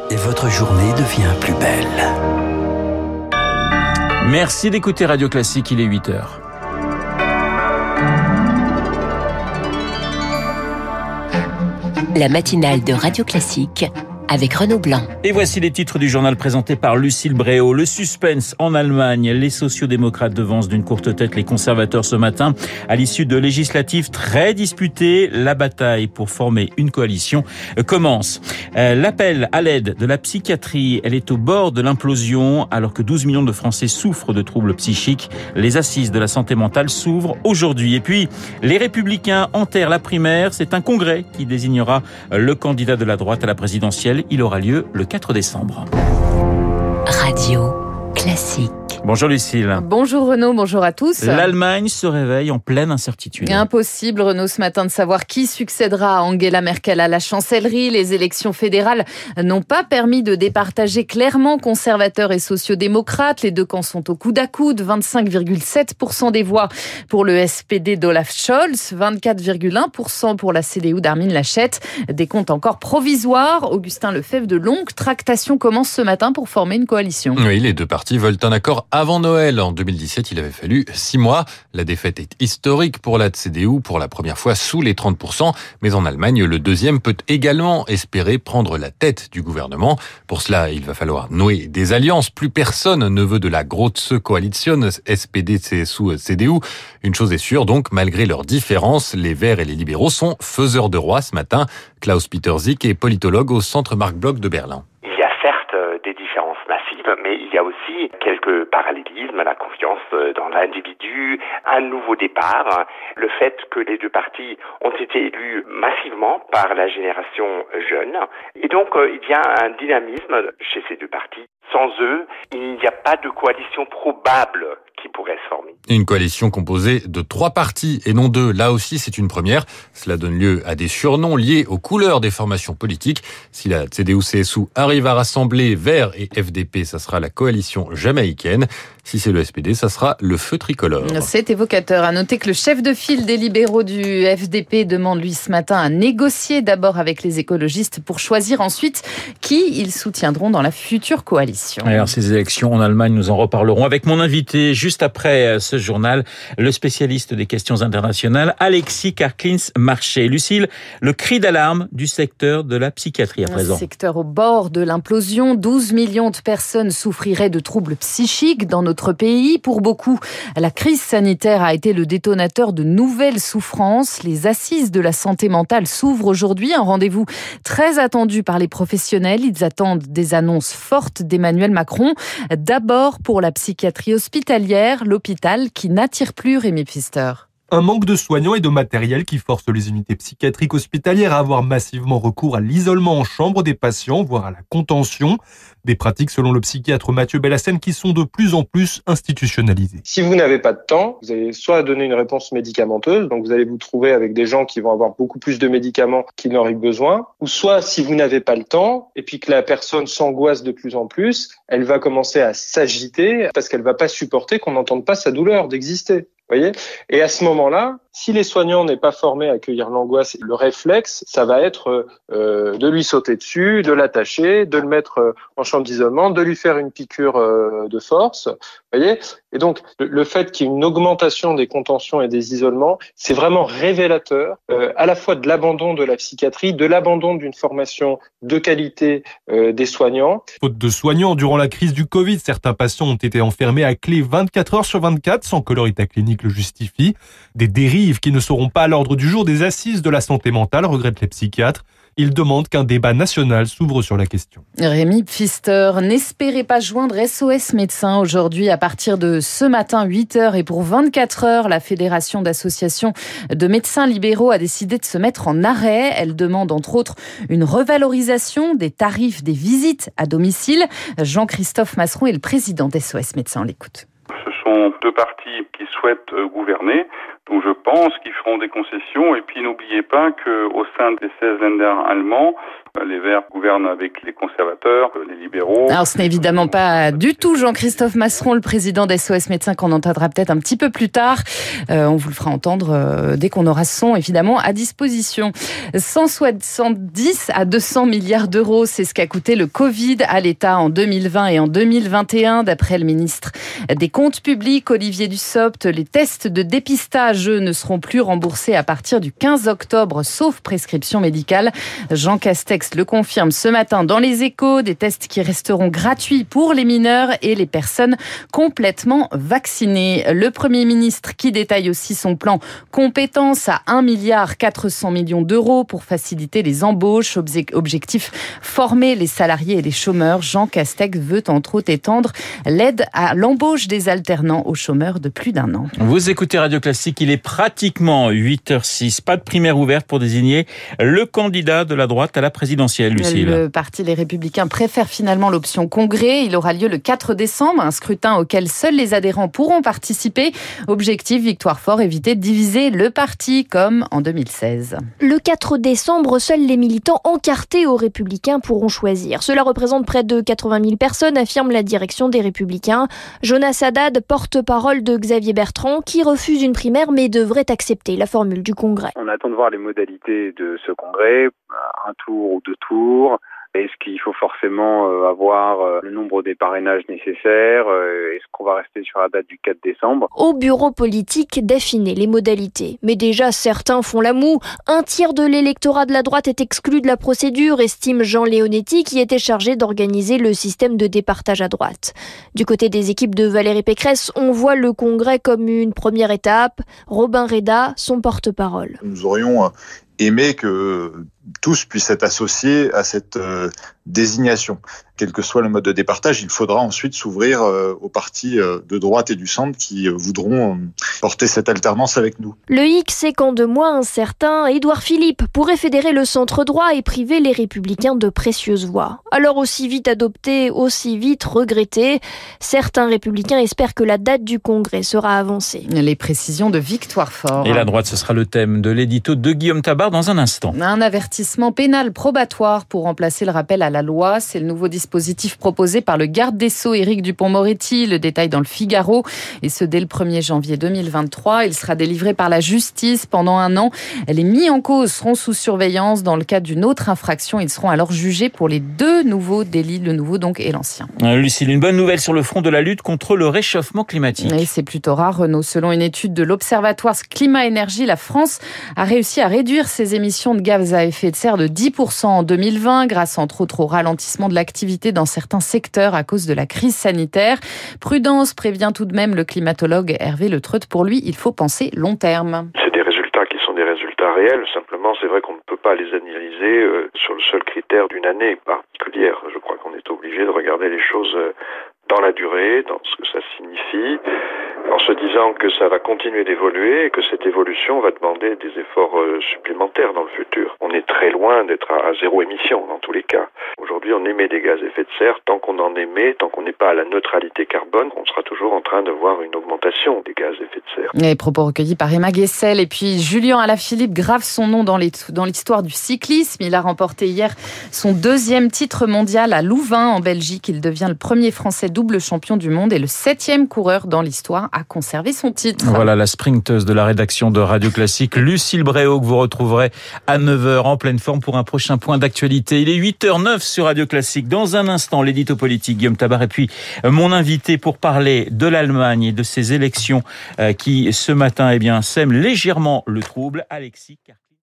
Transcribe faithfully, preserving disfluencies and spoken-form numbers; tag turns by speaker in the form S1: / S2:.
S1: et votre journée devient plus belle.
S2: Merci d'écouter Radio Classique, il est huit heures.
S3: La matinale de Radio Classique avec Renaud Blanc.
S2: Et voici les titres du journal présenté par Lucille Bréau. Le suspense en Allemagne. Les sociodémocrates devancent d'une courte tête les conservateurs ce matin. À l'issue de législatives très disputées, la bataille pour former une coalition commence. Euh, l'appel à l'aide de la psychiatrie, elle est au bord de l'implosion. Alors que douze millions de Français souffrent de troubles psychiques, les assises de la santé mentale s'ouvrent aujourd'hui. Et puis, les Républicains enterrent la primaire. C'est un congrès qui désignera le candidat de la droite à la présidentielle. Il aura lieu le quatre décembre.
S3: Radio Classique.
S2: Bonjour Lucille.
S4: Bonjour Renaud, bonjour à tous.
S2: L'Allemagne se réveille en pleine incertitude.
S4: Impossible Renaud ce matin de savoir qui succédera à Angela Merkel à la chancellerie. Les élections fédérales n'ont pas permis de départager clairement conservateurs et sociodémocrates. Les deux camps sont au coude à coude. vingt-cinq virgule sept pour cent des voix pour le S P D d'Olaf Scholz, vingt-quatre virgule un pour cent pour la C D U d'Armin Laschet. Des comptes encore provisoires. Augustin Lefebvre, de longues tractations commencent ce matin pour former une coalition.
S5: Oui, les deux partis veulent un accord avant Noël. En deux mille dix-sept, il avait fallu six mois. La défaite est historique pour la C D U, pour la première fois sous les trente pour cent. Mais en Allemagne, le deuxième peut également espérer prendre la tête du gouvernement. Pour cela, il va falloir nouer des alliances. Plus personne ne veut de la Große Koalition, S P D, C S U, C D U. Une chose est sûre, donc, malgré leurs différences, les Verts et les libéraux sont faiseurs de roi ce matin. Klaus-Peter Zick est politologue au Centre Marc Bloch de Berlin.
S6: Des différences massives, mais il y a aussi quelques parallélismes, la confiance dans l'individu, un nouveau départ, le fait que les deux partis ont été élus massivement par la génération jeune, et donc il y a un dynamisme chez ces deux partis. Sans eux, il n'y a pas de coalition probable qui pourrait se former.
S5: Une coalition composée de trois partis et non deux. Là aussi, c'est une première. Cela donne lieu à des surnoms liés aux couleurs des formations politiques. Si la C D U C S U arrive à rassembler Verts et F D P, ça sera la coalition jamaïcaine. Si c'est le S P D, ça sera le feu tricolore.
S4: C'est évocateur. À noter que le chef de file des libéraux du F D P demande, lui, ce matin, à négocier d'abord avec les écologistes pour choisir ensuite qui ils soutiendront dans la future coalition.
S2: Alors, ces élections en Allemagne, nous en reparlerons avec mon invité juste après ce journal, le spécialiste des questions internationales, Alexis Karklins-Marché. Lucille, le cri d'alarme du secteur de la psychiatrie à présent.
S4: Un secteur au bord de l'implosion. douze millions de personnes souffriraient de troubles psychiques dans notre pays. Pour beaucoup, la crise sanitaire a été le détonateur de nouvelles souffrances. Les assises de la santé mentale s'ouvrent aujourd'hui. Un rendez-vous très attendu par les professionnels. Ils attendent des annonces fortes d'Emmanuel Macron. D'abord pour la psychiatrie hospitalière, l'hôpital qui n'attire plus, Rémi Pfister.
S7: Un manque de soignants et de matériel qui force les unités psychiatriques hospitalières à avoir massivement recours à l'isolement en chambre des patients, voire à la contention. Des pratiques, selon le psychiatre Mathieu Bellassène, qui sont de plus en plus institutionnalisées.
S8: Si vous n'avez pas de temps, vous allez soit donner une réponse médicamenteuse, donc vous allez vous trouver avec des gens qui vont avoir beaucoup plus de médicaments qu'ils n'auraient besoin, ou soit si vous n'avez pas le temps, et puis que la personne s'angoisse de plus en plus, elle va commencer à s'agiter parce qu'elle va pas supporter qu'on n'entende pas sa douleur d'exister. Voyez ? Et à ce moment-là, si les soignants n'est pas formés à accueillir l'angoisse, le réflexe, ça va être euh, de lui sauter dessus, de l'attacher, de le mettre euh, en chambre d'isolement, de lui faire une piqûre euh, de force. Voyez ? Et donc, le, le fait qu'il y ait une augmentation des contentions et des isolements, c'est vraiment révélateur euh, à la fois de l'abandon de la psychiatrie, de l'abandon d'une formation de qualité euh, des soignants.
S7: Faute de soignants, durant la crise du Covid, certains patients ont été enfermés à clé vingt-quatre heures sur vingt-quatre sans que leur état clinique le justifie. Des dérives qui ne seront pas à l'ordre du jour des assises de la santé mentale, regrettent les psychiatres. Ils demandent qu'un débat national s'ouvre sur la question.
S4: Rémi Pfister, n'espérez pas joindre S O S Médecins aujourd'hui à partir de ce matin huit heures et pour vingt-quatre heures. La Fédération d'associations de médecins libéraux a décidé de se mettre en arrêt. Elle demande entre autres une revalorisation des tarifs des visites à domicile. Jean-Christophe Masseron est le président d'S O S Médecins. On l'écoute.
S9: Ce sont deux partis qui souhaitent gouverner, donc je pense qu'ils feront des concessions. Et puis n'oubliez pas qu'au sein des seize Länder allemands, Les Verts gouvernent avec les conservateurs, les libéraux.
S4: Alors ce n'est évidemment pas du tout Jean-Christophe Masseron, le président d'S O S Médecins, qu'on entendra peut-être un petit peu plus tard. Euh, on vous le fera entendre euh, dès qu'on aura ce son, évidemment, à disposition. cent soixante-dix à deux cents milliards d'euros, c'est ce qu'a coûté le Covid à l'État en deux mille vingt et en deux mille vingt et un, d'après le ministre des Comptes publics, Olivier Dussopt. Les tests de dépistage, eux, ne seront plus remboursés à partir du quinze octobre, sauf prescription médicale. Jean Castex le confirme ce matin dans Les Échos, des tests qui resteront gratuits pour les mineurs et les personnes complètement vaccinées. Le Premier ministre qui détaille aussi son plan compétences à un milliard quatre cents millions d'euros pour faciliter les embauches. Objectif, former les salariés et les chômeurs. Jean Castex veut entre autres étendre l'aide à l'embauche des alternants aux chômeurs de plus d'un an.
S2: Vous écoutez Radio Classique, il est pratiquement huit heures six. Pas de primaire ouverte pour désigner le candidat de la droite à la présidentielle, Lucille.
S4: Le parti Les Républicains préfère finalement l'option congrès. Il aura lieu le quatre décembre, un scrutin auquel seuls les adhérents pourront participer. Objectif, victoire fort, éviter de diviser le parti comme en deux mille seize.
S10: Le quatre décembre, seuls les militants encartés aux Républicains pourront choisir. Cela représente près de quatre-vingt mille personnes, affirme la direction des Républicains. Jonas Haddad, porte-parole de Xavier Bertrand, qui refuse une primaire mais devrait accepter la formule du congrès.
S11: On attend de voir les modalités de ce congrès, un tour ou deux tours. Est-ce qu'il faut forcément avoir le nombre des parrainages nécessaires ? Est-ce qu'on va rester sur la date du quatre décembre ?
S10: Au bureau politique d'affiner les modalités. Mais déjà, certains font la moue. Un tiers de l'électorat de la droite est exclu de la procédure, estime Jean Leonetti, qui était chargé d'organiser le système de départage à droite. Du côté des équipes de Valérie Pécresse, on voit le congrès comme une première étape. Robin Reda, son porte-parole.
S12: Nous aurions aimé que tous puissent être associés à cette euh, désignation. Quel que soit le mode de départage, il faudra ensuite s'ouvrir euh, aux partis euh, de droite et du centre qui euh, voudront euh, porter cette alternance avec nous.
S10: Le hic, c'est qu'en deux mois, un certain Édouard Philippe pourrait fédérer le centre droit et priver les Républicains de précieuses voix. Alors aussi vite adopté, aussi vite regretté, certains Républicains espèrent que la date du congrès sera avancée.
S4: Les précisions de Victoire Fort.
S2: Et la droite, ce sera le thème de l'édito de Guillaume Tabar dans un instant.
S4: Un avertissement pénal probatoire pour remplacer le rappel à la loi. C'est le nouveau dispositif proposé par le garde des Sceaux, Éric Dupond-Moretti. Le détail dans le Figaro. Et ce, dès le premier janvier deux mille vingt-trois. Il sera délivré par la justice pendant un an. Les mis en cause seront sous surveillance. Dans le cas d'une autre infraction, ils seront alors jugés pour les deux nouveaux délits, le nouveau donc et l'ancien.
S2: Lucille, une bonne nouvelle sur le front de la lutte contre le réchauffement climatique.
S4: Et c'est plutôt rare, Renaud. Selon une étude de l'Observatoire Climat-Énergie, la France a réussi à réduire ses émissions de gaz à effet de serre de dix pour cent en deux mille vingt, grâce entre autres au ralentissement de l'activité dans certains secteurs à cause de la crise sanitaire. Prudence, prévient tout de même le climatologue Hervé Le Treut. Pour lui, il faut penser long terme.
S13: C'est des résultats qui sont des résultats réels. Simplement, c'est vrai qu'on ne peut pas les analyser euh, sur le seul critère d'une année particulière. Je crois qu'on est obligé de regarder les choses euh, dans la durée, dans ce que ça signifie, en se disant que ça va continuer d'évoluer et que cette évolution va demander des efforts supplémentaires dans le futur. On est très loin d'être à zéro émission dans tous les cas. Aujourd'hui, on émet des gaz à effet de serre. Tant qu'on en émet, tant qu'on n'est pas à la neutralité carbone, on sera toujours en train de voir une augmentation des gaz à effet de serre.
S4: Les propos recueillis par Emma Guessel. Et puis Julien Alaphilippe grave son nom dans, les, dans l'histoire du cyclisme. Il a remporté hier son deuxième titre mondial à Louvain en Belgique. Il devient le premier Français double champion du monde et le septième coureur dans l'histoire à conserver son titre.
S2: Voilà la sprinteuse de la rédaction de Radio Classique, Lucille Bréau, que vous retrouverez à neuf heures en pleine forme pour un prochain point d'actualité. Il est huit heures zéro neuf sur Radio Classique. Dans un instant, l'édito politique, Guillaume Tabar, et puis mon invité pour parler de l'Allemagne et de ses élections qui, ce matin, eh bien, sèment légèrement le trouble, Alexis Carclay.